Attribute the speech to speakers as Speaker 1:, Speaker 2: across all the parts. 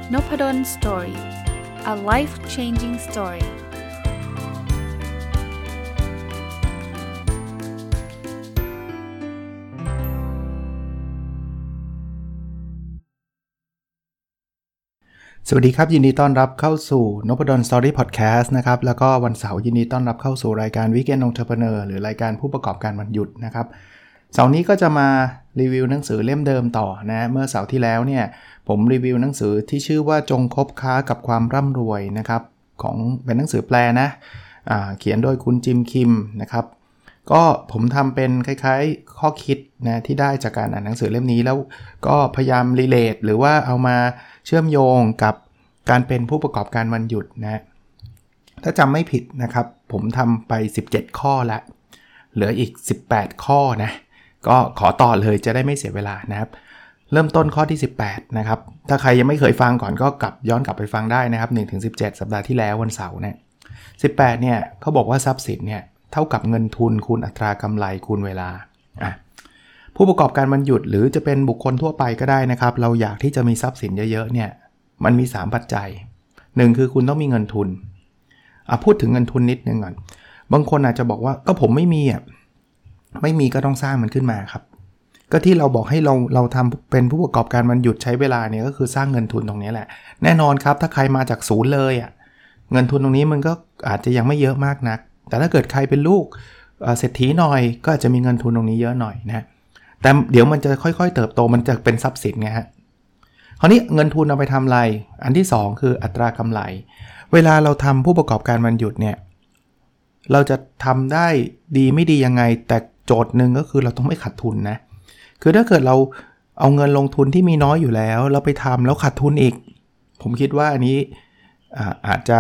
Speaker 1: Nopadon Story. A life-changing story.
Speaker 2: สวัสดีครับยินดีต้อนรับเข้าสู่ Nopadon Story Podcast นะครับแล้วก็วันเสาร์ยินดีต้อนรับเข้าสู่รายการ Weekend Entrepreneur หรือรายการผู้ประกอบการวันหยุดนะครับเสาร์นี้ก็จะมารีวิวหนังสือเล่มเดิมต่อนะเมื่อเสาร์ที่แล้วเนี่ยผมรีวิวหนังสือที่ชื่อว่าจงคบค้ากับความร่ำรวยนะครับของเป็นหนังสือแปลนะเขียนโดยคุณจิมคิมนะครับก็ผมทำเป็นคล้ายๆข้อคิดนะที่ได้จากการอ่านหนังสือเล่มนี้แล้วก็พยายามรีเลทหรือว่าเอามาเชื่อมโยงกับการเป็นผู้ประกอบการวันหยุดนะถ้าจำไม่ผิดนะครับผมทำไป17ข้อแล้วเหลืออีก18ข้อนะก็ขอต่อเลยจะได้ไม่เสียเวลานะครับเริ่มต้นข้อที่18นะครับถ้าใครยังไม่เคยฟังก่อนก็ย้อนกลับไปฟังได้นะครับ 1-17 สัปดาห์ที่แล้ววันเสาร์เนี่ย18เนี่ยเขาบอกว่าทรัพย์สินเนี่ยเท่ากับเงินทุนคูณอัตรากำไรคูณเวลาผู้ประกอบการวันหยุดหรือจะเป็นบุคคลทั่วไปก็ได้นะครับเราอยากที่จะมีทรัพย์สินเยอะๆเนี่ยมันมี3ปัจจัย1คือคุณต้องมีเงินทุนพูดถึงเงินทุนนิดนึงก่อนบางคนอาจจะบอกว่าก็ผมไม่มีไม่มีก็ต้องสร้างมันขึ้นมาครับก็ที่เราบอกให้เราทำเป็นผู้ประกอบการวันหยุดใช้เวลาเนี่ยก็คือสร้างเงินทุนตรงนี้แหละแน่นอนครับถ้าใครมาจากศูนย์เลยเงินทุนตรงนี้มันก็อาจจะยังไม่เยอะมากนักแต่ถ้าเกิดใครเป็นลูกเศรษฐีหน่อยก็อาจจะมีเงินทุนตรงนี้เยอะหน่อยนะแต่เดี๋ยวมันจะค่อยๆเติบโตมันจะเป็นทรัพย์สินไงฮะคราวนี้เงินทุนเอาไปทำอะไรอันที่2คืออัตรากำไรเวลาเราทำผู้ประกอบการวันหยุดเนี่ยเราจะทำได้ดีไม่ดียังไงแต่โจทย์นึงก็คือเราต้องไม่ขาดทุนนะคือถ้าเกิดเราเอาเงินลงทุนที่มีน้อยอยู่แล้วเราไปทำแล้วขาดทุนอีกผมคิดว่าอันนี้อาจจะ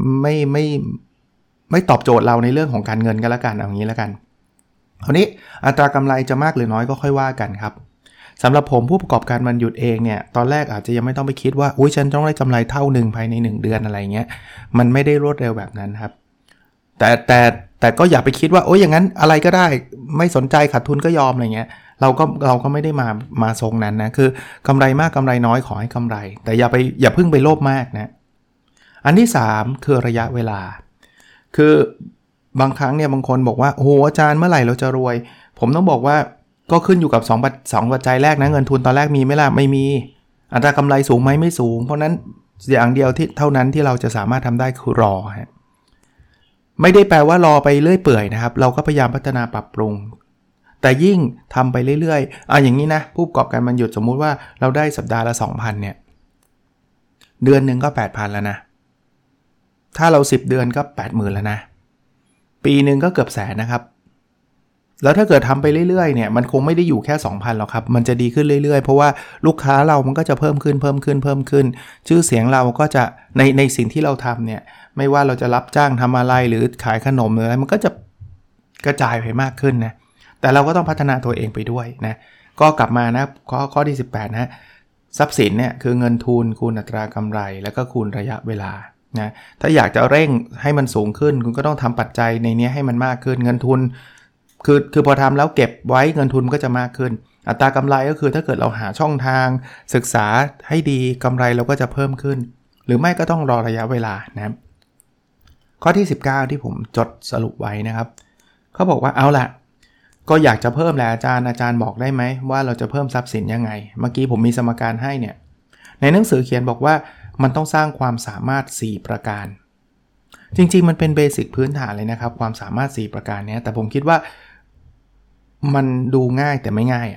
Speaker 2: ไม่ตอบโจทย์เราในเรื่องของการเงินกันละกันเอางี้ละกันคราวนี้อัตรากำไรจะมากหรือน้อยก็ค่อยว่ากันครับสำหรับผมผู้ประกอบการวันหยุดเองเนี่ยตอนแรกอาจจะยังไม่ต้องไปคิดว่าอุ๊ยฉันต้องได้กำไรเท่านึงภายใน1เดือนอะไรเงี้ยมันไม่ได้รวดเร็วแบบนั้นครับแต่ก็อย่าไปคิดว่าโอ๊ยอย่างนั้นอะไรก็ได้ไม่สนใจขาดทุนก็ยอมอะไรเงี้ยเราก็ไม่ได้มาทรงนั้นนะคือกำไรมากกำไรน้อยขอให้กำไรแต่อย่าเพิ่งไปโลภมากนะอันที่3คือระยะเวลาคือบางครั้งเนี่ยบางคนบอกว่าโอ้โหอาจารย์เมื่อไหร่เราจะรวยผมต้องบอกว่าก็ขึ้นอยู่กับ2ปัจจัยแรกนะเงินทุนตอนแรกมีไหมล่ะไม่มีอัตรากำไรสูงไหมไม่สูงเพราะนั้นอย่างเดียวที่เท่านั้นที่เราจะสามารถทำได้คือรอฮะไม่ได้แปลว่ารอไปเรื่อยเปื่อยนะครับเราก็พยายามพัฒนาปรับปรุงแต่ยิ่งทำไปเรื่อยๆอย่างนี้นะผู้ประกอบการวันหยุดสมมุติว่าเราได้สัปดาห์ละ 2,000 เนี่ยเดือนนึงก็ 8,000 แล้วนะถ้าเรา10เดือนก็ 80,000 แล้วนะปีนึงก็เกือบแสนนะครับแล้วถ้าเกิดทำไปเรื่อยๆเนี่ยมันคงไม่ได้อยู่แค่ 2,000 หรอกครับมันจะดีขึ้นเรื่อยๆเพราะว่าลูกค้าเรามันก็จะเพิ่มขึ้นชื่อเสียงเราก็จะในสิ่งที่เราทำเนี่ยไม่ว่าเราจะรับจ้างทำอะไรหรือขายขนมหรืออะไรมันก็จะกระจายไปมากขึ้นนะแต่เราก็ต้องพัฒนาตัวเองไปด้วยนะก็กลับมานะข้อที่18นะทรัพย์สินเนี่ยคือเงินทุนคูณอัตรากำไรแล้วก็คูณระยะเวลานะถ้าอยากจะเร่งให้มันสูงขึ้นคุณก็ต้องทำปัจจัยในนี้ให้มันมากขึ้นเงินทุนคือพอทำแล้วเก็บไว้เงินทุนก็จะมากขึ้นอัตรากำไรก็คือถ้าเกิดเราหาช่องทางศึกษาให้ดีกำไรเราก็จะเพิ่มขึ้นหรือไม่ก็ต้องรอระยะเวลานะครับข้อที่19ที่ผมจดสรุปไว้นะครับเขาบอกว่าเอาล่ะก็อยากจะเพิ่มแหละอาจารย์บอกได้ไหมว่าเราจะเพิ่มทรัพย์สินยังไงเมื่อกี้ผมมีสมการให้เนี่ยในหนังสือเขียนบอกว่ามันต้องสร้างความสามารถ4ประการจริงๆมันเป็นเบสิกพื้นฐานเลยนะครับความสามารถ4ประการนี้แต่ผมคิดว่ามันดูง่ายแต่ไม่ง่าย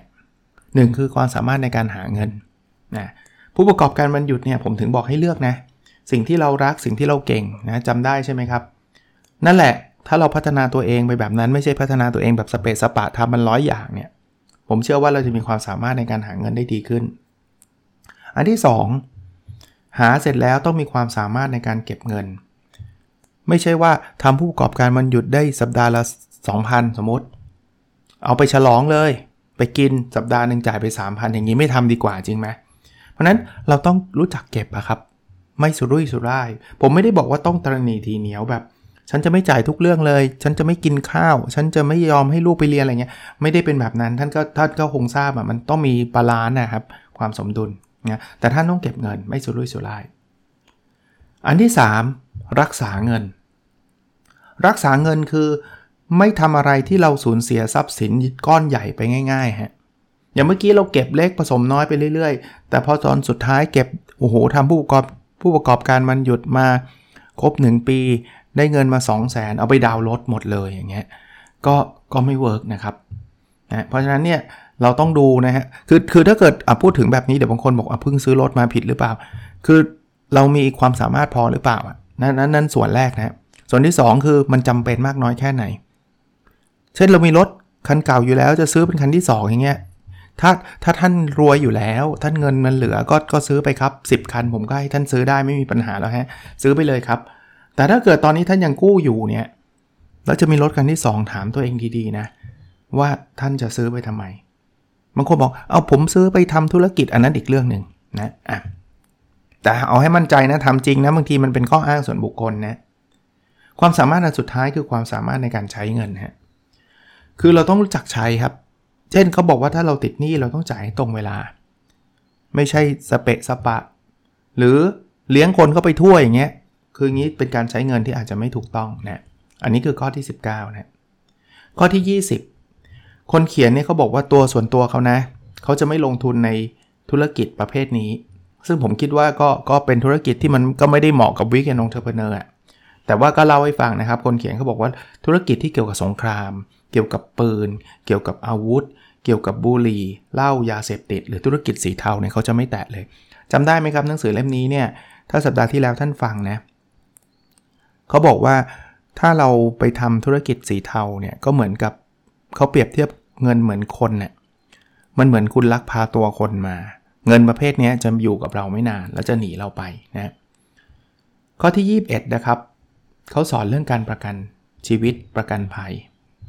Speaker 2: 1คือความสามารถในการหาเงินนะผู้ประกอบการวันหยุดเนี่ยผมถึงบอกให้เลือกนะสิ่งที่เรารักสิ่งที่เราเก่งนะจำได้ใช่ไหมครับนั่นแหละถ้าเราพัฒนาตัวเองไปแบบนั้นไม่ใช่พัฒนาตัวเองแบบสเปซสปะทำมัน100อย่างเนี่ยผมเชื่อว่าเราจะมีความสามารถในการหาเงินได้ดีขึ้นอันที่2หาเสร็จแล้วต้องมีความสามารถในการเก็บเงินไม่ใช่ว่าทำผู้ประกอบการวันหยุดได้สัปดาห์ละ 2,000 สมมติเอาไปฉลองเลยไปกินสัปดาห์นึงจ่ายไป 3,000 อย่างนี้ไม่ทำดีกว่าจริงไหมเพราะนั้นเราต้องรู้จักเก็บครับไม่สุรุ่ยสุร่ายผมไม่ได้บอกว่าต้องตระหนี่ทีเหนียวแบบฉันจะไม่จ่ายทุกเรื่องเลยฉันจะไม่กินข้าวฉันจะไม่ยอมให้ลูกไปเรียนอะไรเงี้ยไม่ได้เป็นแบบนั้นท่านก็คงทราบมันต้องมีบาลานซ์นะครับความสมดุลนะแต่ท่านต้องเก็บเงินไม่สุรุ่ยสุร่ายอันที่3รักษาเงินรักษาเงินคือไม่ทำอะไรที่เราสูญเสียทรัพย์สินก้อนใหญ่ไปง่ายๆฮะอย่างเมื่อกี้เราเก็บเล็กผสมน้อยไปเรื่อยๆแต่พอตอนสุดท้ายเก็บโอ้โหทำผู้ประกอบการมันหยุดมาครบ1ปีได้เงินมา 200,000 เอาไปดาวน์รถหมดเลยอย่างเงี้ยก็ไม่เวิร์กนะครับนะเพราะฉะนั้นเนี่ยเราต้องดูนะฮะคือถ้าเกิดพูดถึงแบบนี้เดี๋ยวบางคนบอกเพิ่งซื้อรถมาผิดหรือเปล่าคือเรามีความสามารถพอหรือเปล่านั่นส่วนแรกนะส่วนที่2คือมันจำเป็นมากน้อยแค่ไหนเช่นเรามีรถคันเก่าอยู่แล้วจะซื้อเป็นคันที่2อย่างเงี้ยถ้าท่านรวยอยู่แล้วท่านเงินมันเหลือก็ซื้อไปครับ10คันผมก็ให้ท่านซื้อได้ไม่มีปัญหาแล้วฮะซื้อไปเลยครับแต่ถ้าเกิดตอนนี้ท่านยังกู้อยู่เนี่ยแล้วจะมีรถคันที่2ถามตัวเองดีๆนะว่าท่านจะซื้อไปทำไมบางคนบอกผมซื้อไปทำธุรกิจอันนั้นอีกเรื่องนึงนะแต่เอาให้มั่นใจนะทำจริงนะบางทีมันเป็นข้ออ้างส่วนบุคคลนะความสามารถอันสุดท้ายคือความสามารถในการใช้เงินฮะคือเราต้องรู้จักใช้ครับเช่นเขาบอกว่าถ้าเราติดหนี้เราต้องจ่ายให้ตรงเวลาไม่ใช่สเปะสปะหรือเลี้ยงคนเข้าไปทั่วอย่างเงี้ยคืออย่างนี้เป็นการใช้เงินที่อาจจะไม่ถูกต้องนะอันนี้คือข้อที่19นะข้อที่20คนเขียนเนี่ยเขาบอกว่าส่วนตัวเขานะเขาจะไม่ลงทุนในธุรกิจประเภทนี้ซึ่งผมคิดว่าก็เป็นธุรกิจที่มันก็ไม่ได้เหมาะกับวิกแอนด์องเทอร์เพเนอร์แต่ว่าก็เล่าให้ฟังนะครับคนเขียนเขาบอกว่าธุรกิจที่เกี่ยวกับสงครามเกี่ยวกับปืนเกี่ยวกับอาวุธเกี่ยวกับบุหรี่เหล้ายาเสพติดหรือธุรกิจสีเทาเนี่ยเขาจะไม่แตะเลยจำได้ไหมครับหนังสือเล่มนี้เนี่ยถ้าสัปดาห์ที่แล้วท่านฟังนะเขาบอกว่าถ้าเราไปทำธุรกิจสีเทาเนี่ยก็เหมือนกับเขาเปรียบเทียบเงินเหมือนคนเนี่ยมันเหมือนคุณลักพาตัวคนมาเงินประเภทนี้จะอยู่กับเราไม่นานแล้วจะหนีเราไปนะข้อที่21นะครับเขาสอนเรื่องการประกันชีวิตประกันภัย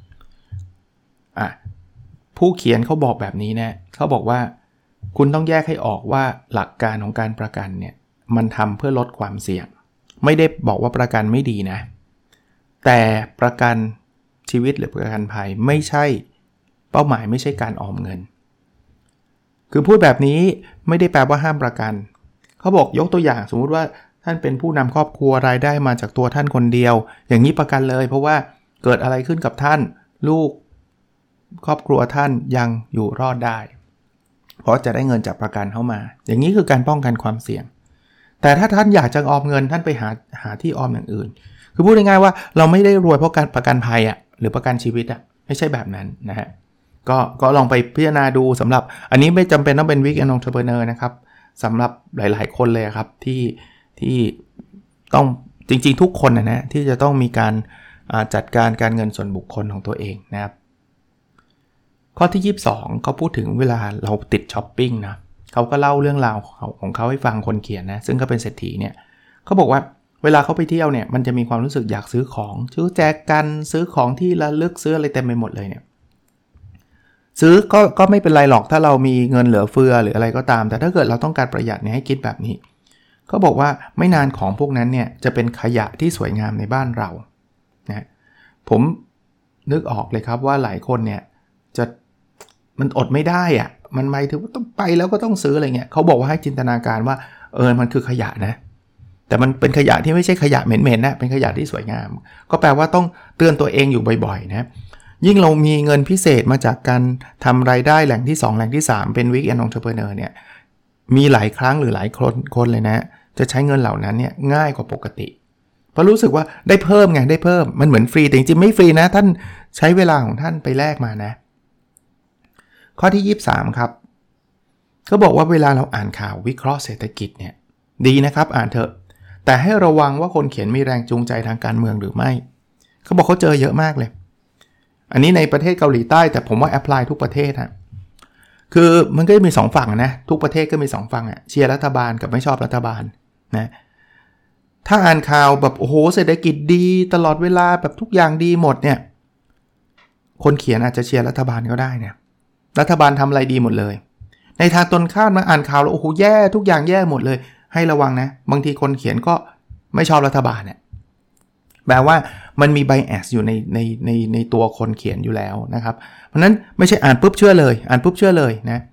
Speaker 2: ผู้เขียนเขาบอกแบบนี้นะเขาบอกว่าคุณต้องแยกให้ออกว่าหลักการของการประกันเนี่ยมันทำเพื่อลดความเสี่ยงไม่ได้บอกว่าประกันไม่ดีนะแต่ประกันชีวิตหรือประกันภัยไม่ใช่เป้าหมายไม่ใช่การออมเงินคือพูดแบบนี้ไม่ได้แปลว่าห้ามประกันเขาบอกยกตัวอย่างสมมุติว่าท่านเป็นผู้นำครอบครัวรายได้มาจากตัวท่านคนเดียวอย่างนี้ประกันเลยเพราะว่าเกิดอะไรขึ้นกับท่านลูกครอบครัวท่านยังอยู่รอดได้เพราะจะได้เงินจากประกันเข้ามาอย่างนี้คือการป้องกันความเสี่ยงแต่ถ้าท่านอยากจะออมเงินท่านไปหาที่ออมอย่างอื่นคือพูดง่ายๆว่าเราไม่ได้รวยเพราะการประกันภัยหรือประกันชีวิตไม่ใช่แบบนั้นนะฮะก็ลองไปพิจารณาดูสำหรับอันนี้ไม่จำเป็นต้องเป็นวิกแอนด์องเทอร์เพเนอร์นะครับสำหรับหลายๆคนเลยครับที่ต้องจริงๆทุกคนนะที่จะต้องมีการจัดการเงินส่วนบุคคลของตัวเองนะครับข้อที่22เขาพูดถึงเวลาเราติดช้อปปิ้งนะเขาก็เล่าเรื่องราวของเขาให้ฟังคนเขียนนะซึ่งก็เป็นเศรษฐีเนี่ยเขาบอกว่าเวลาเขาไปเที่ยวเนี่ยมันจะมีความรู้สึกอยากซื้อของซื้อแจกกันซื้อของที่ระลึกซื้ออะไรเต็มไปหมดเลยเนี่ยซื้อก็ไม่เป็นไรหรอกถ้าเรามีเงินเหลือเฟือหรืออะไรก็ตามแต่ถ้าเกิดเราต้องการประหยัดเนี่ยให้คิดแบบนี้เขาบอกว่าไม่นานของพวกนั้นเนี่ยจะเป็นขยะที่สวยงามในบ้านเรานะผมนึกออกเลยครับว่าหลายคนเนี่ยมันอดไม่ได้มันหมายถึงว่าต้องไปแล้วก็ต้องซื้ออะไรเงี้ยเขาบอกว่าให้จินตนาการว่ามันคือขยะนะแต่มันเป็นขยะที่ไม่ใช่ขยะเหม็นๆนะเป็นขยะที่สวยงามก็แปลว่าต้องเตือนตัวเองอยู่บ่อยๆนะยิ่งเรามีเงินพิเศษมาจากการทำรายได้แหล่งที่2แหล่งที่3เป็น Weekend Entrepreneur เนี่ยมีหลายครั้งหรือหลายคนเลยนะจะใช้เงินเหล่านั้นเนี่ยง่ายกว่าปกติเพราะรู้สึกว่าได้เพิ่มไงได้เพิ่มมันเหมือนฟรีแต่จริงๆไม่ฟรีนะท่านใช้เวลาของท่านไปแลกมานะข้อที่23ครับเขาบอกว่าเวลาเราอ่านข่าววิเคราะห์เศรษฐกิจเนี่ยดีนะครับอ่านเถอะแต่ให้ระวังว่าคนเขียนมีแรงจูงใจทางการเมืองหรือไม่เขาบอกเขาเจอเยอะมากเลยอันนี้ในประเทศเกาหลีใต้แต่ผมว่าแอพพลายทุกประเทศคือมันก็จะมี2ฝั่งนะทุกประเทศก็มี2ฝั่งเชียร์รัฐบาลกับไม่ชอบรัฐบาลนะถ้าอ่านข่าวแบบโอ้โหเศรษฐกิจดีตลอดเวลาแบบทุกอย่างดีหมดเนี่ยคนเขียนอาจจะเชียร์รัฐบาลก็ได้นะรัฐบาลทำอะไรดีหมดเลยในทางตรงข้ามมาอ่านข่าวแล้วโอ้โหแย่ทุกอย่างแย่หมดเลยให้ระวังนะบางทีคนเขียนก็ไม่ชอบรัฐบาลเนี่ยแปลว่ามันมีไบแอสอยู่ในตัวคนเขียนอยู่แล้วนะครับเพราะนั้นไม่ใช่อ่านปุ๊บเชื่อเลยอ่านปุ๊บเชื่อเลยนะ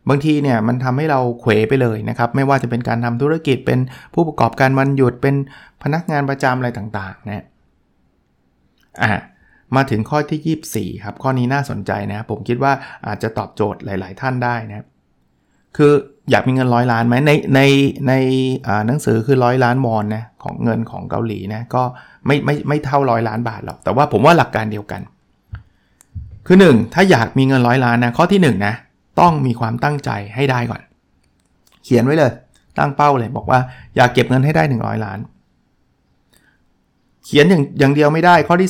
Speaker 2: บางทีเนี่ยมันทำให้เราเขวไปเลยนะครับไม่ว่าจะเป็นการทำธุรกิจเป็นผู้ประกอบการวันหยุดเป็นพนักงานประจำอะไรต่างๆนะมาถึงข้อที่24ครับข้อนี้น่าสนใจนะผมคิดว่าอาจจะตอบโจทย์หลายๆท่านได้นะคืออยากมีเงิน100 ล้านไหมในหนังสือคือ100 ล้านวอนนะของเงินของเกาหลีนะก็ไม่เท่า100 ล้านบาทหรอกแต่ว่าผมว่าหลักการเดียวกันคือ1ถ้าอยากมีเงิน100 ล้านนะข้อที่1นะต้องมีความตั้งใจให้ได้ก่อนเขียนไว้เลยตั้งเป้าเลยบอกว่าอยากเก็บเงินให้ได้100 ล้านเขียนอย่างเดียวไม่ได้ข้อที่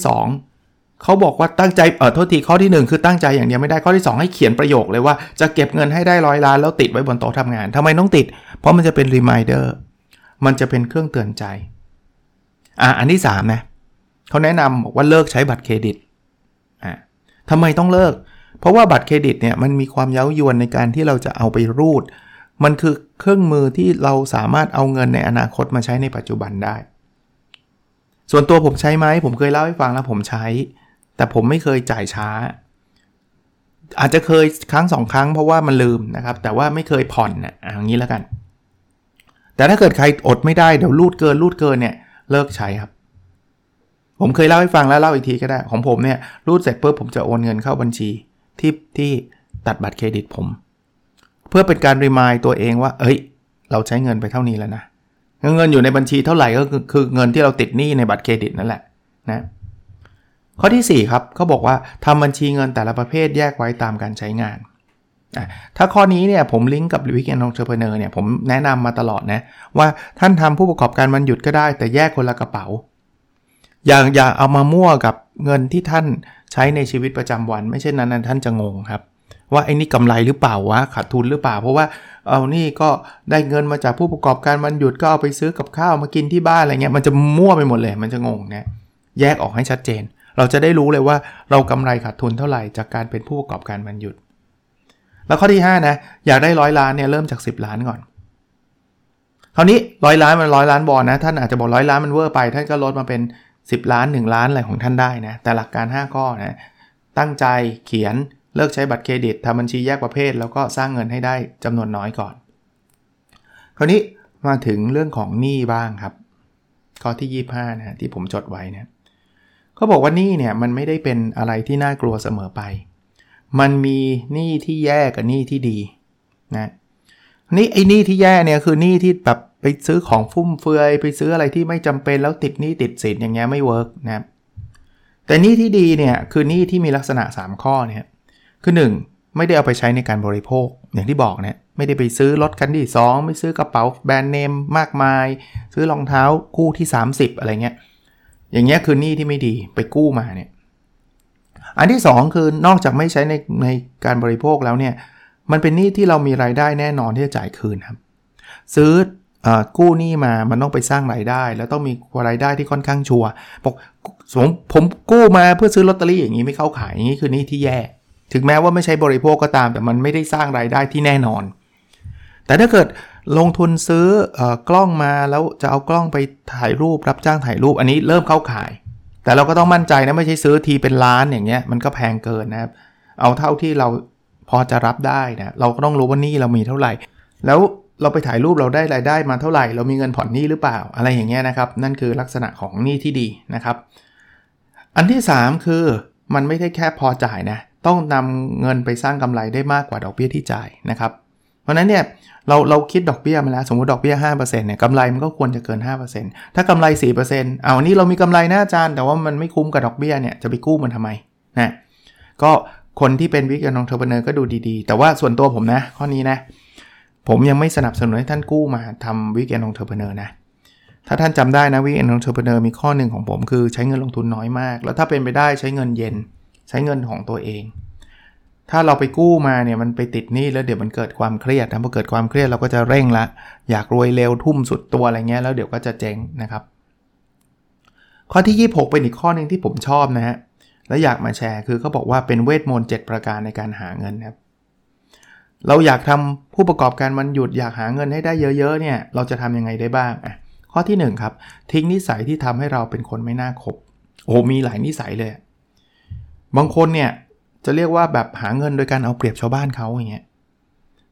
Speaker 2: 2เขาบอกว่าตั้งใจโทษทีข้อที่1คือตั้งใจอย่างเดียวไม่ได้ข้อที่2ให้เขียนประโยคเลยว่าจะเก็บเงินให้ได้100 ล้านแล้วติดไว้บนโต๊ะทำงานทำไมต้องติดเพราะมันจะเป็น reminder มันจะเป็นเครื่องเตือนใจอันที่3นะเขาแนะนำบอกว่าเลิกใช้บัตรเครดิตทำไมต้องเลิกเพราะว่าบัตรเครดิตเนี่ยมันมีความเย้ายวนในการที่เราจะเอาไปรูดมันคือเครื่องมือที่เราสามารถเอาเงินในอนาคตมาใช้ในปัจจุบันได้ส่วนตัวผมใช้ไหมผมเคยเล่าให้ฟังแล้วผมใช้แต่ผมไม่เคยจ่ายช้าอาจจะเคยครั้ง2 ครั้งเพราะว่ามันลืมนะครับแต่ว่าไม่เคยผ่อนอย่างนี้แล้วกันแต่ถ้าเกิดใครอดไม่ได้เดี๋ยวรูดเกินเนี่ยเลิกใช้ครับผมเคยเล่าให้ฟังแล้วเล่าอีกทีก็ได้ของผมเนี่ยรูดเสร็จปุ๊บผมจะโอนเงินเข้าบัญชีที่ตัดบัตรเครดิตผมเพื่อเป็นการรีมายด์ตัวเองว่าเราใช้เงินไปเท่านี้แล้วนะเงินอยู่ในบัญชีเท่าไหร่ก็คือเงินที่เราติดหนี้ในบัตรเครดิตนั่นแหละนะข้อที่4ครับเขาบอกว่าทำบัญชีเงินแต่ละประเภทแยกไว้ตามการใช้งานถ้าข้อนี้เนี่ยผมลิงก์กับ Weekend Entrepreneur เนี่ยผมแนะนำมาตลอดนะว่าท่านทำผู้ประกอบการวันหยุดก็ได้แต่แยกคนละกระเป๋าอย่าเอามามั่วกับเงินที่ท่านใช้ในชีวิตประจำวันไม่เช่นนั้นท่านจะงงครับว่าไอ้นี่กำไรหรือเปล่าวะขาดทุนหรือเปล่าเพราะว่านี่ก็ได้เงินมาจากผู้ประกอบการวันหยุดก็เอาไปซื้อกับข้าวมากินที่บ้านอะไรเงี้ยมันจะมั่วไปหมดเลยมันจะงงนะแยกออกให้ชัดเจนเราจะได้รู้เลยว่าเรากำไรขาดทุนเท่าไหร่จากการเป็นผู้ประกอบการวันหยุดแล้วข้อที่5นะอยากได้100 ล้านเนี่ยเริ่มจาก10 ล้านก่อนคราวนี้100 ล้านมัน100 ล้านวอนนะท่านอาจจะบอก100 ล้านมันเวอร์ไปท่านก็ลดมาเป็น10 ล้าน1 ล้านอะไรของท่านได้นะแต่หลักการ5ข้อนะตั้งใจเขียนเลิกใช้บัตรเครดิตทำบัญชีแยกประเภทแล้วก็สร้างเงินให้ได้จำนวนน้อยก่อนคราวนี้มาถึงเรื่องของหนี้บ้างครับข้อที่25นะที่ผมจดไว้นะเขาบอกว่าหนี้เนี่ยมันไม่ได้เป็นอะไรที่น่ากลัวเสมอไปมันมีหนี้ที่แย่กับหนี้ที่ดีนะนี่ไอ้หนี้ที่แย่เนี่ยคือหนี้ที่แบบไปซื้อของฟุ่มเฟือยไปซื้ออะไรที่ไม่จำเป็นแล้วติดหนี้ติดสินอย่างเงี้ยไม่เวิร์กนะแต่หนี้ที่ดีเนี่ยคือหนี้ที่มีลักษณะ3ข้อเนี่ยคือ1ไม่ได้เอาไปใช้ในการบริโภคอย่างที่บอกเนี่ยไม่ได้ไปซื้อรถคันที่2ไม่ซื้อกระเป๋าแบรนด์เนมมากมายซื้อรองเท้าคู่ที่30อะไรเงี้ยอย่างเงี้ยคือหนี้ที่ไม่ดีไปกู้มาเนี่ยอันที่2คือนอกจากไม่ใช้ในการบริโภคแล้วเนี่ยมันเป็นหนี้ที่เรามีรายได้แน่นอนที่จะจ่ายคืนครับซื้อกู้หนี้มามันต้องไปสร้างรายได้แล้วต้องมีรายได้ที่ค่อนข้างชัวร์บอกผมกู้มาเพื่อซื้อลอตเตอรี่อย่างนี้ไม่เข้าขายอย่างนี้คือหนี้ที่แย่ถึงแม้ว่าไม่ใช้บริโภคก็ตามแต่มันไม่ได้สร้างรายได้ที่แน่นอนแต่ถ้าเกิดลงทุนซื้อกล้องมาแล้วจะเอากล้องไปถ่ายรูปรับจ้างถ่ายรูปอันนี้เริ่มเข้าขายแต่เราก็ต้องมั่นใจนะไม่ใช่ซื้อทีเป็นล้านอย่างเงี้ยมันก็แพงเกินนะครับเอาเท่าที่เราพอจะรับได้นะเราก็ต้องรู้ว่าหนี้เรามีเท่าไหร่แล้วเราไปถ่ายรูปเราได้รายได้มาเท่าไหร่เรามีเงินผ่อนหนี้หรือเปล่าอะไรอย่างเงี้ยนะครับนั่นคือลักษณะของหนี้ที่ดีนะครับอันที่3คือมันไม่ได้แค่พอจ่ายนะต้องนำเงินไปสร้างกำไรได้มากกว่าดอกเบี้ยที่จ่ายนะครับเพราะนั้นเนี่ยเราคิดดอกเบี้ยมาแล้วสมมุติดอกเบี้ย 5% เนี่ยกำไรมันก็ควรจะเกิน 5% ถ้ากำไร 4% เอานี่เรามีกำไรนะอาจารย์แต่ว่ามันไม่คุ้มกับดอกเบี้ยเนี่ยจะไปกู้มันทำไมนะก็คนที่เป็นWeekend Entrepreneurก็ดูดีๆแต่ว่าส่วนตัวผมนะข้อนี้นะผมยังไม่สนับสนุนให้ท่านกู้มาทำWeekend Entrepreneurนะถ้าท่านจำได้นะ Weekend Entrepreneur มีข้อหนึ่งของผมคือใช้เงินลงทุนน้อยมากแล้วถ้าเป็นไปได้ใช้เงินเย็นใช้เงินของตัวเองถ้าเราไปกู้มาเนี่ยมันไปติดหนี้แล้วเดี๋ยวมันเกิดความเครียดพอเกิดความเครียดเราก็จะเร่งละอยากรวยเร็วทุ่มสุดตัวอะไรเงี้ยแล้วเดี๋ยวก็จะเจ๊งนะครับข้อที่26เป็นอีกข้อนึงที่ผมชอบนะฮะแล้วอยากมาแชร์คือเขาบอกว่าเป็นเวทมนต์7ประการในการหาเงินครับเราอยากทำผู้ประกอบการวันหยุดอยากหาเงินให้ได้เยอะๆเนี่ยเราจะทำยังไงได้บ้างข้อที่1ครับทิ้งนิสัยที่ทำให้เราเป็นคนไม่น่าคบมีหลายนิสัยเลยบางคนเนี่ยจะเรียกว่าแบบหาเงินโดยการเอาเปรียบชาวบ้านเขาอย่างเงี้ย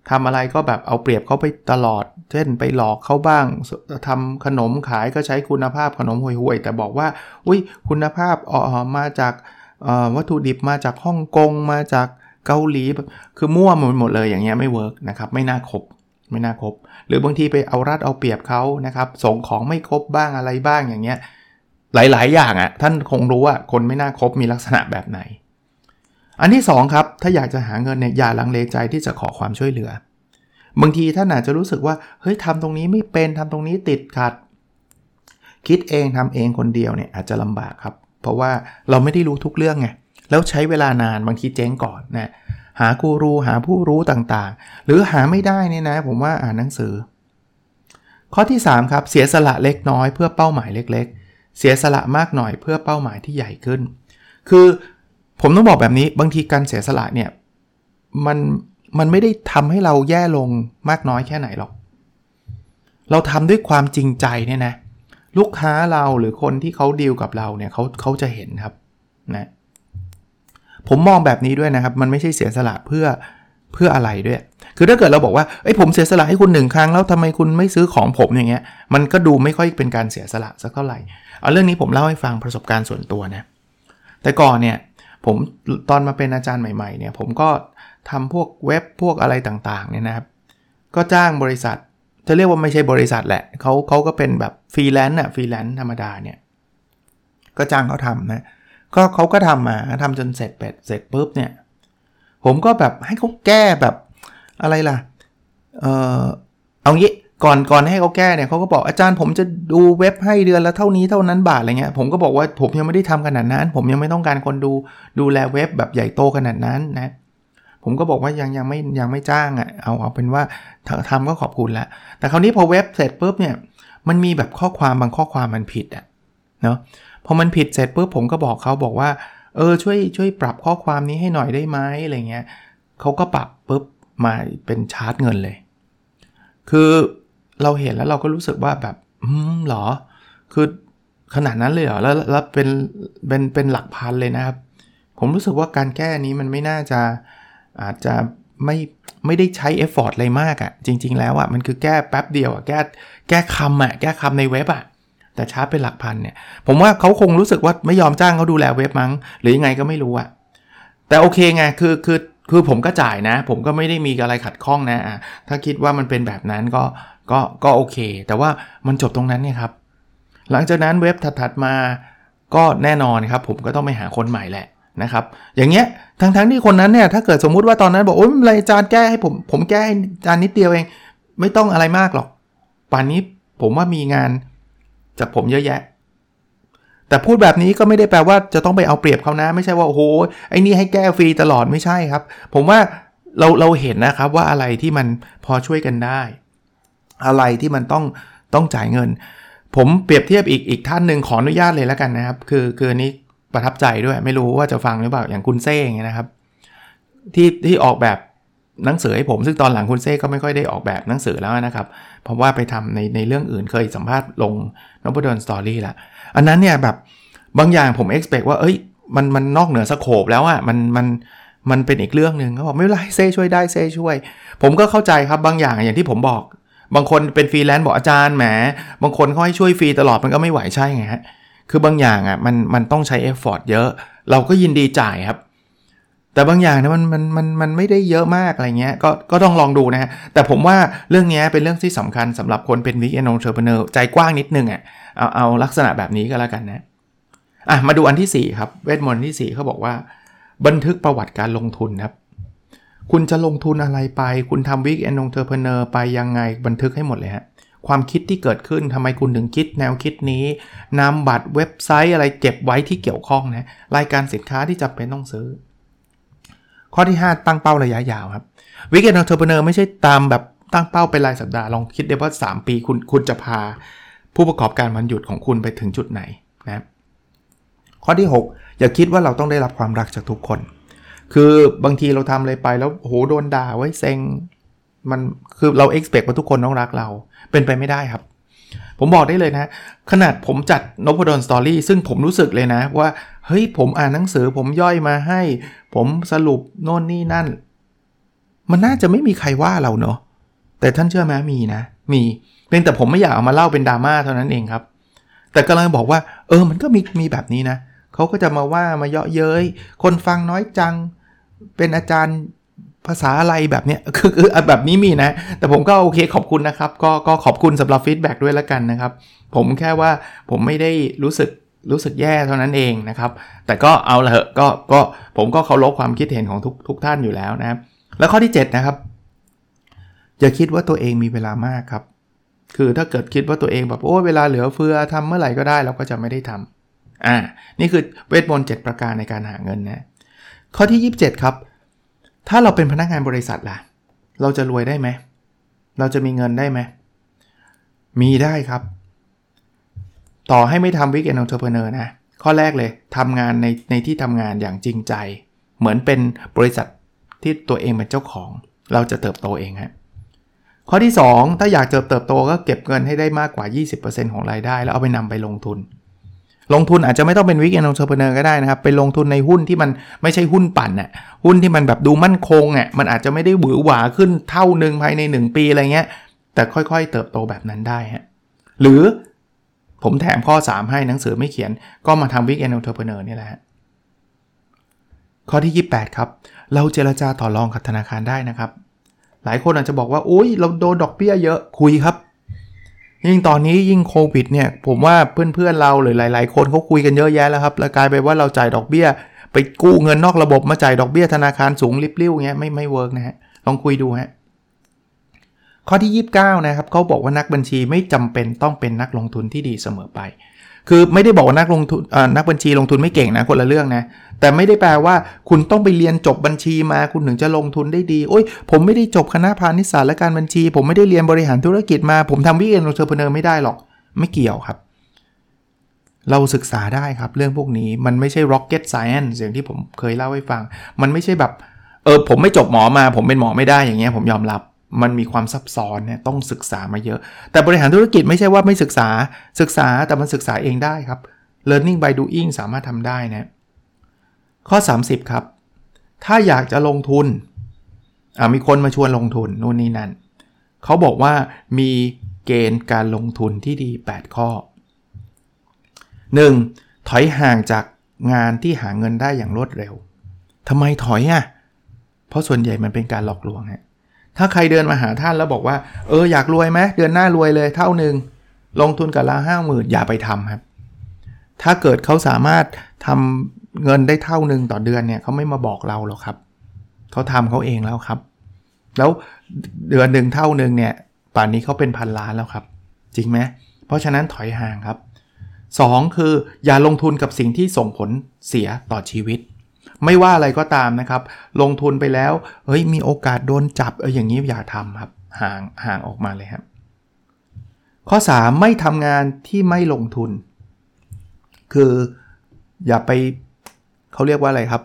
Speaker 2: ทำอะไรก็แบบเอาเปรียบเขาไปตลอดเช่นไปหลอกเขาบ้างทำขนมขายก็ใช้คุณภาพขนมห่วยๆแต่บอกว่าอุ้ยคุณภาพมาจากวัตถุดิบมาจากฮ่องกงมาจากเกาหลีคือมั่วหมดเลยอย่างเงี้ยไม่เวิร์กนะครับไม่น่าคบหรือบางทีไปเอารัดเอาเปรียบเขานะครับส่งของไม่ครบบ้างอะไรบ้างอย่างเงี้ยหลายๆอย่างอ่ะท่านคงรู้ว่าคนไม่น่าคบมีลักษณะแบบไหนอันที่2ครับถ้าอยากจะหาเงินเนี่ยอย่าลังเลใจที่จะขอความช่วยเหลือบางทีท่านอาจจะรู้สึกว่าเฮ้ยทำตรงนี้ไม่เป็นทำตรงนี้ติดขัดคิดเองทำเองคนเดียวเนี่ยอาจจะลำบากครับเพราะว่าเราไม่ได้รู้ทุกเรื่องไงแล้วใช้เวลานานบางทีเจ๊งก่อนนะหากูรูหาผู้รู้ต่างๆหรือหาไม่ได้เนี่ยนะผมว่าอ่านหนังสือข้อที่3ครับเสียสละเล็กน้อยเพื่อเป้าหมายเล็กๆเสียสละมากหน่อยเพื่อเป้าหมายที่ใหญ่ขึ้นคือผมต้องบอกแบบนี้บางทีการเสียสละเนี่ยมันไม่ได้ทำให้เราแย่ลงมากน้อยแค่ไหนหรอกเราทำด้วยความจริงใจเนี่ยนะลูกค้าเราหรือคนที่เขาดีลกับเราเนี่ยเขาจะเห็นครับนะผมมองแบบนี้ด้วยนะครับมันไม่ใช่เสียสละเพื่ออะไรด้วยคือถ้าเกิดเราบอกว่าผมเสียสละให้คุณ1ครั้งแล้วทำไมคุณไม่ซื้อของผมอย่างเงี้ยมันก็ดูไม่ค่อยเป็นการเสียสละสักเท่าไหร่เอาเรื่องนี้ผมเล่าให้ฟังประสบการณ์ส่วนตัวนะแต่ก่อนเนี่ยผมตอนมาเป็นอาจารย์ใหม่ๆเนี่ยผมก็ทำพวกเว็บพวกอะไรต่างๆเนี่ยนะครับก็จ้างบริษัทจะเรียกว่าไม่ใช่บริษัทแหละเขาก็เป็นแบบฟรีแลนซ์ฟรีแลนซ์ธรรมดาเนี่ยก็จ้างเขาทำนะก็เขาก็ทำจนเสร็จปุ๊บเนี่ยผมก็แบบให้เขาแก้แบบอะไรล่ะเอางี้ก่อนให้เขาแก้เนี่ยเขาก็บอกอาจารย์ผมจะดูเว็บให้เดือนละเท่านี้เท่านั้นบาทอะไรเงี้ยผมก็บอกว่าผมยังไม่ได้ทำขนาดนั้นผมยังไม่ต้องการคนดูแลเว็บแบบใหญ่โตขนาดนั้นนะผมก็บอกว่ายังไม่จ้างอ่ะเอาเป็นว่าทำก็ขอบคุณแล้วแต่คราวนี้พอเว็บเสร็จปุ๊บเนี่ยมันมีแบบข้อความบางข้อความมันผิดอ่ะเนาะพอมันผิดเสร็จปุ๊บผมก็บอกเขาบอกว่าช่วยปรับข้อความนี้ให้หน่อยได้ไหมอะไรเงี้ยเขาก็ปรับปุ๊บมาเป็นชาร์จเงินเลยคือเราเห็นแล้วเราก็รู้สึกว่าแบบหรอคือขนาดนั้นเลยเหรอแล้วเป็นหลักพันเลยนะครับผมรู้สึกว่าการแก้นี้มันไม่น่าจะอาจจะไม่ได้ใช้เอฟฟอร์ตอะไรมากอ่ะจริงๆแล้วอ่ะมันคือแก้แป๊บเดียวอ่ะแก้คำในเว็บอ่ะแต่ชาร์จเป็นหลักพันเนี่ยผมว่าเขาคงรู้สึกว่าไม่ยอมจ้างเขาดูแลเว็บมั้งหรือยังไงก็ไม่รู้อ่ะแต่โอเคไงคือผมก็จ่ายนะผมก็ไม่ได้มีอะไรขัดข้องนะถ้าคิดว่ามันเป็นแบบนั้นก็โอเคแต่ว่ามันจบตรงนั้นเนี่ยครับหลังจากนั้นเว็บถัดมาก็แน่นอนครับผมก็ต้องไปหาคนใหม่แหละนะครับอย่างเงี้ยทั้งที่คนนั้นเนี่ยถ้าเกิดสมมุติว่าตอนนั้นบอกโอ๊ยอะไรอาจารย์แก้ให้ผมแก้ให้อาจารย์นิดเดียวเองไม่ต้องอะไรมากหรอกป่านนี้ผมว่ามีงานจากผมเยอะแยะแต่พูดแบบนี้ก็ไม่ได้แปลว่าจะต้องไปเอาเปรียบเขานะไม่ใช่ว่าโอ้โหไอ้นี่ให้แก้ฟรีตลอดไม่ใช่ครับผมว่าเราเห็นนะครับว่าอะไรที่มันพอช่วยกันได้อะไรที่มันต้องจ่ายเงินผมเปรียบเทียบอีกท่านหนึ่งขออนุญาตเลยแล้วกันนะครับคืออันนี้ประทับใจด้วยไม่รู้ว่าจะฟังหรือเปล่าอย่างคุณเซ่อย่างเงี้ยนะครับที่ออกแบบหนังสือให้ผมซึ่งตอนหลังคุณเซ่ก็ไม่ค่อยได้ออกแบบหนังสือแล้วนะครับเพราะว่าไปทำในเรื่องอื่นเคยสัมภาษณ์ลงนพดลสตอรี่ละอันนั้นเนี่ยแบบบางอย่างผม expect ว่ามันนอกเหนือสโคปแล้วอ่ะมันเป็นอีกเรื่องนึงเขาบอกไม่เป็นไรเซ่ช่วยได้เซ่ช่วยผมก็เข้าใจครับบางอย่างอย่างที่ผมบอกบางคนเป็นฟรีแลนซ์บอกอาจารย์แหมบางคนเขาให้ช่วยฟรีตลอดมันก็ไม่ไหวใช่ไงฮะคือบางอย่างอ่ะมันต้องใช้เอฟฟอร์ตเยอะเราก็ยินดีจ่ายครับแต่บางอย่างเนี่ยมันไม่ได้เยอะมากอะไรเงี้ยก็ต้องลองดูนะฮะแต่ผมว่าเรื่องนี้เป็นเรื่องที่สำคัญสำหรับคนเป็น Weekend Entrepreneur ใจกว้างนิดนึงอ่ะเอาลักษณะแบบนี้ก็แล้วกันนะมาดูอันที่4ครับเวทมนต์ที่4เขาบอกว่าบันทึกประวัติการลงทุนครับคุณจะลงทุนอะไรไปคุณทำ Weekend Entrepreneur ไปยังไงบันทึกให้หมดเลยฮะความคิดที่เกิดขึ้นทำไมคุณถึงคิดแนวคิดนี้นามบัตรเว็บไซต์อะไรเก็บไว้ที่เกี่ยวข้องนะรายการสินค้าที่จำเป็นต้องซื้อข้อที่5ตั้งเป้าระยะยาวครับ Weekend Entrepreneur ไม่ใช่ตามแบบตั้งเป้าเป็นรายสัปดาห์ลองคิดได้ว่า3ปีคุณจะพาผู้ประกอบการวันหยุดของคุณไปถึงจุดไหนนะข้อที่6อย่าคิดว่าเราต้องได้รับความรักจากทุกคนคือบางทีเราทำอะไรไปแล้วโหโดนด่าไว้เซ็งมันคือเรา expect ว่าทุกคนต้องรักเราเป็นไปไม่ได้ครับผมบอกได้เลยนะขนาดผมจัดนพดลสตอรี่ซึ่งผมรู้สึกเลยนะว่าเฮ้ยผมอ่านหนังสือผมย่อยมาให้ผมสรุปโน่นนี่นั่นมันน่าจะไม่มีใครว่าเราเนาะแต่ท่านเชื่อไหมมีนะมีเพียงแต่ผมไม่อยากเอามาเล่าเป็นดราม่าเท่านั้นเองครับแต่กำลังบอกว่ามันก็มีแบบนี้นะเขาก็จะมาว่ามาเยาะเย้ยคนฟังน้อยจังเป็นอาจารย์ภาษาอะไรแบบเนี้ยคือแบบนี้มีนะแต่ผมก็โอเคขอบคุณนะครับก็ขอบคุณสำหรับฟีดแบ็กด้วยแล้วกันนะครับผมแค่ว่าผมไม่ได้รู้สึกแย่เท่านั้นเองนะครับแต่ก็เอาละเหอะก็ผมก็เคารพความคิดเห็นของทุกท่านอยู่แล้วนะครับแล้วข้อที่7นะครับอย่าคิดว่าตัวเองมีเวลามากครับคือถ้าเกิดคิดว่าตัวเองแบบเวลาเหลือเฟือทำเมื่อไหร่ก็ได้เราก็จะไม่ได้ทำนี่คือเวทมนต์7ประการในการหาเงินนะข้อที่27ครับถ้าเราเป็นพนักงานบริษัทล่ะเราจะรวยได้ไหมเราจะมีเงินได้ไหมมีได้ครับต่อให้ไม่ทำ Weekend Entrepreneur นะข้อแรกเลยทำงานในที่ทำงานอย่างจริงใจเหมือนเป็นบริษัทที่ตัวเองเป็นเจ้าของเราจะเติบโตเองฮะข้อที่2ถ้าอยากเติบโตก็เก็บเงินให้ได้มากกว่า 20% ของรายได้แล้วเอาไปนำไปลงทุนอาจจะไม่ต้องเป็น Weekend Entrepreneur ก็ได้นะครับไปลงทุนในหุ้นที่มันไม่ใช่หุ้นปั่นน่ะหุ้นที่มันแบบดูมั่นคงอ่ะมันอาจจะไม่ได้หวือหวาขึ้นเท่านึงภายใน1ปีอะไรเงี้ยแต่ค่อยๆเติบโตแบบนั้นได้ฮะหรือผมแถมข้อ3ให้หนังสือไม่เขียนก็มาทำ Weekend Entrepreneur นี่แหละข้อที่28ครับเราเจรจาต่อรองกับธนาคารได้นะครับหลายคนอาจจะบอกว่าอุ๊ยเราโดนดอกเบี้ยเยอะคุยครับยิ่งตอนนี้ยิ่งโควิดเนี่ยผมว่าเพื่อนๆเราหรือหลายๆคนเขาคุยกันเยอะแยะแล้วครับแล้วกลายไปว่าเราจ่ายดอกเบี้ยไปกู้เงินนอกระบบมาจ่ายดอกเบี้ยธนาคารสูงริบลิ่วเงี้ยไม่เวิร์กนะฮะลองคุยดูฮะข้อที่29นะครับเขาบอกว่านักบัญชีไม่จำเป็นต้องเป็นนักลงทุนที่ดีเสมอไปคือไม่ได้บอกว่านักบัญชีลงทุนไม่เก่งนะคนละเรื่องนะแต่ไม่ได้แปลว่าคุณต้องไปเรียนจบบัญชีมาคุณถึงจะลงทุนได้ดีโอ้ยผมไม่ได้จบคณะพาณิชยศาสตร์และการบัญชีผมไม่ได้เรียนบริหารธุรกิจมาผมทำWeekend Entrepreneurไม่ได้หรอกไม่เกี่ยวครับเราศึกษาได้ครับเรื่องพวกนี้มันไม่ใช่ rocket science อย่างที่ผมเคยเล่าให้ฟังมันไม่ใช่แบบผมไม่จบหมอมาผมเป็นหมอไม่ได้อย่างเงี้ยผมยอมรับมันมีความซับซ้อนเนี่ยต้องศึกษามาเยอะแต่บริหารธุรกิจไม่ใช่ว่าไม่ศึกษาแต่มันศึกษาเองได้ครับ learning by doing สามารถทำได้นะข้อ30ครับถ้าอยากจะลงทุนมีคนมาชวนลงทุนนู่นนี่นั่นเขาบอกว่ามีเกณฑ์การลงทุนที่ดี8ข้อ 1. ถอยห่างจากงานที่หาเงินได้อย่างรวดเร็วทำไมถอยเพราะส่วนใหญ่มันเป็นการหลอกลวงฮะถ้าใครเดินมาหาท่านแล้วบอกว่าอยากรวยไหมเดือนหน้ารวยเลยเท่านึงลงทุนกับละ 50,000 อย่าไปทำครับถ้าเกิดเขาสามารถทำเงินได้เท่านึงต่อเดือนเนี่ยเขาไม่มาบอกเราหรอกครับเขาทำเขาเองแล้วครับแล้วเดือนนึงเท่านึงเนี่ยป่านนี้เขาเป็นพันล้านแล้วครับจริงไหมเพราะฉะนั้นถอยห่างครับ2คืออย่าลงทุนกับสิ่งที่ส่งผลเสียต่อชีวิตไม่ว่าอะไรก็ตามนะครับลงทุนไปแล้วมีโอกาสโดนจับอย่างนี้อย่าทำครับห่างออกมาเลยครับข้อ3ไม่ทำงานที่ไม่ลงทุนคืออย่าไปเขาเรียกว่าอะไรครับ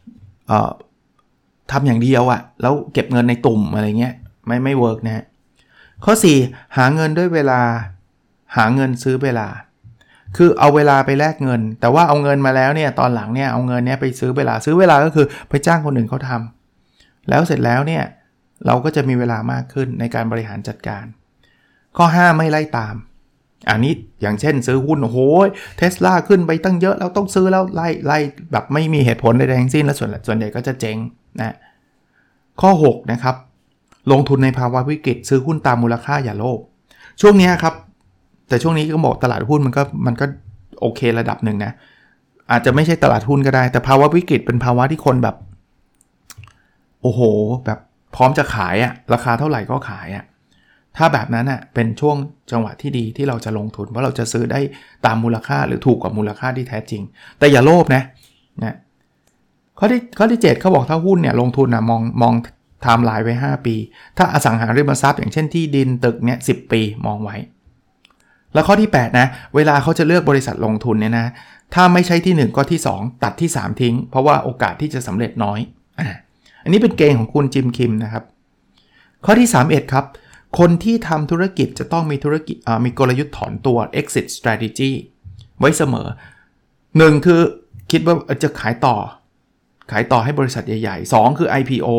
Speaker 2: ทำอย่างเดียวแล้วเก็บเงินในตุ่มอะไรเงี้ยไม่เวิร์กนะข้อ4หาเงินด้วยเวลาหาเงินซื้อเวลาคือเอาเวลาไปแลกเงินแต่ว่าเอาเงินมาแล้วเนี่ยตอนหลังเนี่ยเอาเงินเนี้ยไปซื้อเวลาก็คือไปจ้างคนอื่นเขาทำแล้วเสร็จแล้วเนี่ยเราก็จะมีเวลามากขึ้นในการบริหารจัดการข้อ5ไม่ไล่ตามอันนี้อย่างเช่นซื้อหุ้นโอ้โห Tesla ขึ้นไปตั้งเยอะแล้วต้องซื้อแล้วไล่แบบไม่มีเหตุผลใดๆทั้งสิ้นแล้วส่วนใหญ่ก็จะเจ๊งนะข้อ6นะครับลงทุนในภาวะวิกฤตซื้อหุ้นตามมูลค่าอย่าโลภช่วงนี้ครับแต่ช่วงนี้ก็บอกตลาดหุ้นมันก็โอเคระดับหนึ่งนะอาจจะไม่ใช่ตลาดหุ้นก็ได้แต่ภาวะวิกฤตเป็นภาวะที่คนแบบโอ้โหแบบพร้อมจะขายราคาเท่าไหร่ก็ขายถ้าแบบนั้นเป็นช่วงจังหวะที่ดีที่เราจะลงทุนเพราะเราจะซื้อได้ตามมูลค่าหรือถูกกว่ามูลค่าที่แท้จริงแต่อย่าโลภนะข้อที่7เขาบอกถ้าหุ้นเนี่ยลงทุนมองไทม์ไลน์ไว้5ปีถ้าอสังหาริมทรัพย์อย่างเช่นที่ดินตึกเนี่ย10ปีมองไว้แล้วข้อที่8นะเวลาเขาจะเลือกบริษัทลงทุนเนี่ยนะถ้าไม่ใช่ที่1ก็ที่2ตัดที่3ทิ้งเพราะว่าโอกาสที่จะสำเร็จน้อยอันนี้เป็นเกณฑ์ของคุณจิมคิมนะครับข้อที่31ครับคนที่ทำธุรกิจจะต้องมีกลยุทธ์ถอนตัว exit strategy ไว้เสมอ1คือคิดว่าจะขายต่อให้บริษัทใหญ่ๆ2คือ IPO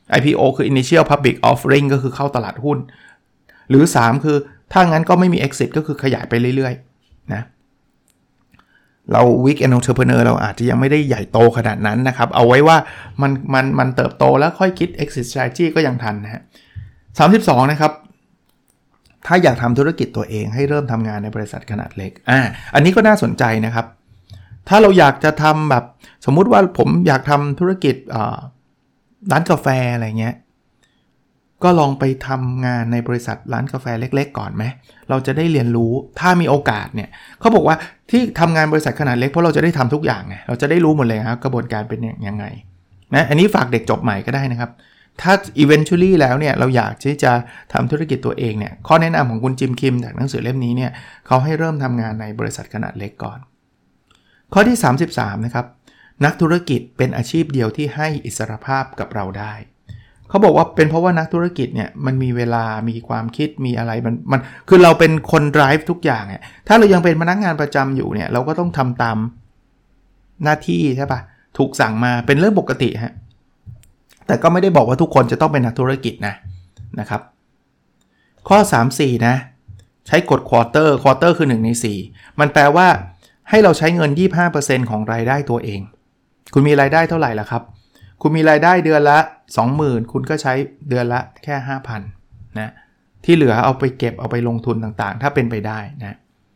Speaker 2: IPO คือ Initial Public Offering ก็คือเข้าตลาดหุ้นหรือ3คือถ้างั้นก็ไม่มี Exit ก็คือขยายไปเรื่อยๆนะเรา Weekend Entrepreneur เราอาจจะยังไม่ได้ใหญ่โตขนาดนั้นนะครับเอาไว้ว่ามันเติบโตแล้วค่อยคิด Exit Strategy ก็ยังทันนะฮะ32นะครับถ้าอยากทำธุรกิจตัวเองให้เริ่มทำงานในบริษัทขนาดเล็กอันนี้ก็น่าสนใจนะครับถ้าเราอยากจะทำแบบสมมุติว่าผมอยากทำธุรกิจร้านกาแฟอะไรเงี้ยก็ลองไปทำงานในบริษัทร้านกาแฟเล็กๆก่อนไหมเราจะได้เรียนรู้ถ้ามีโอกาสเนี่ยเขาบอกว่าที่ทำงานบริษัทขนาดเล็กเพราะเราจะได้ทำทุกอย่างไงเราจะได้รู้หมดเลยครับกระบวนการเป็นยังไงนะอันนี้ฝากเด็กจบใหม่ก็ได้นะครับถ้า eventually แล้วเนี่ยเราอยากที่จะทำธุรกิจตัวเองเนี่ยข้อแนะนำของคุณจิมคิมจากหนังสือเล่มนี้เนี่ยเขาให้เริ่มทำงานในบริษัทขนาดเล็กก่อนข้อที่33นะครับนักธุรกิจเป็นอาชีพเดียวที่ให้อิสรภาพกับเราได้เขาบอกว่าเป็นเพราะว่านักธุรกิจเนี่ยมันมีเวลามีความคิดมีอะไรมันคือเราเป็นคน drive ทุกอย่างเนี่ยถ้าเรายังเป็นพนักงานประจำอยู่เนี่ยเราก็ต้องทำตามหน้าที่ใช่ปะถูกสั่งมาเป็นเรื่องปกติฮะแต่ก็ไม่ได้บอกว่าทุกคนจะต้องเป็นนักธุรกิจนะครับข้อ34นะใช้กฎควอเตอร์คือ1ใน4มันแปลว่าให้เราใช้เงิน 25% ของรายได้ตัวเองคุณมีรายได้เท่าไหร่ล่ะครับคุณมีรายได้เดือนละ 20,000 คุณก็ใช้เดือนละแค่ 5,000 นะที่เหลือเอาไปเก็บเอาไปลงทุนต่างๆถ้าเป็นไปได้นะ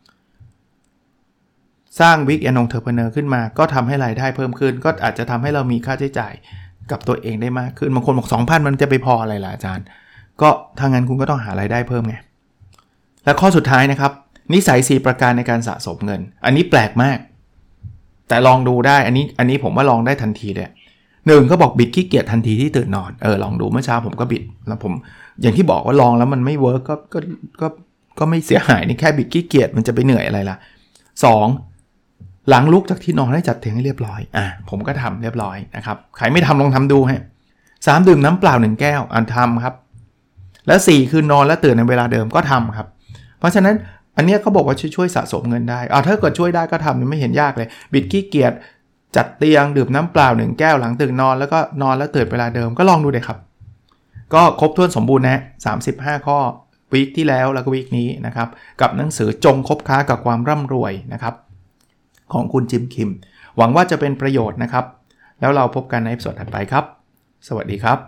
Speaker 2: สร้าง Weekend Entrepreneur ขึ้นมาก็ทำให้รายได้เพิ่มขึ้นก็อาจจะทำให้เรามีค่าใช้จ่ายกับตัวเองได้มากขึ้นบางคนบอก 2,000 มันจะไปพออะไรล่ะอาจารย์ก็ถ้างั้นคุณก็ต้องหารายได้เพิ่มไงและข้อสุดท้ายนะครับนิสัย4ประการในการสะสมเงินอันนี้แปลกมากแต่ลองดูได้อันนี้ผมว่าลองได้ทันทีเลย1ก็บอกบิดขี้เกียจทันทีที่ตื่นนอนลองดูเมื่อเช้าผมก็บิดแล้วผมอย่างที่บอกว่าลองแล้วมันไม่เวิร์กก็ไม่เสียหายนี่แค่บิดขี้เกียจมันจะไปเหนื่อยอะไรล่ะ2หลังลุกจากที่นอนให้จัดเตียงให้เรียบร้อยผมก็ทำเรียบร้อยนะครับใครไม่ทำลองทำดูฮะ3ดื่มน้ำเปล่า1แก้วทำครับและ4คือนอนและตื่นในเวลาเดิมก็ทำครับเพราะฉะนั้นอันนี้เขาบอกว่าช่วยสะสมเงินได้ถ้าเกิดช่วยได้ก็ทำไม่เห็นยากเลยบิดขี้เกียจจัดเตียงดื่มน้ำเปล่า1แก้วหลังตื่นนอนแล้วก็นอนแล้วตื่นเวลาเดิมก็ลองดูเลยครับก็ครบถ้วนสมบูรณ์นะ35ข้อวีคที่แล้วแล้วก็วีคนี้นะครับกับหนังสือจงคบค้ากับความร่ำรวยนะครับของคุณจิมคิมหวังว่าจะเป็นประโยชน์นะครับแล้วเราพบกันในอีพิโซดถัดไปครับสวัสดีครับ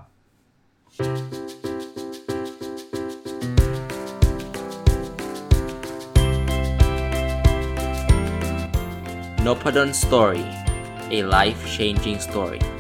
Speaker 3: Nopadon Story, a life-changing story.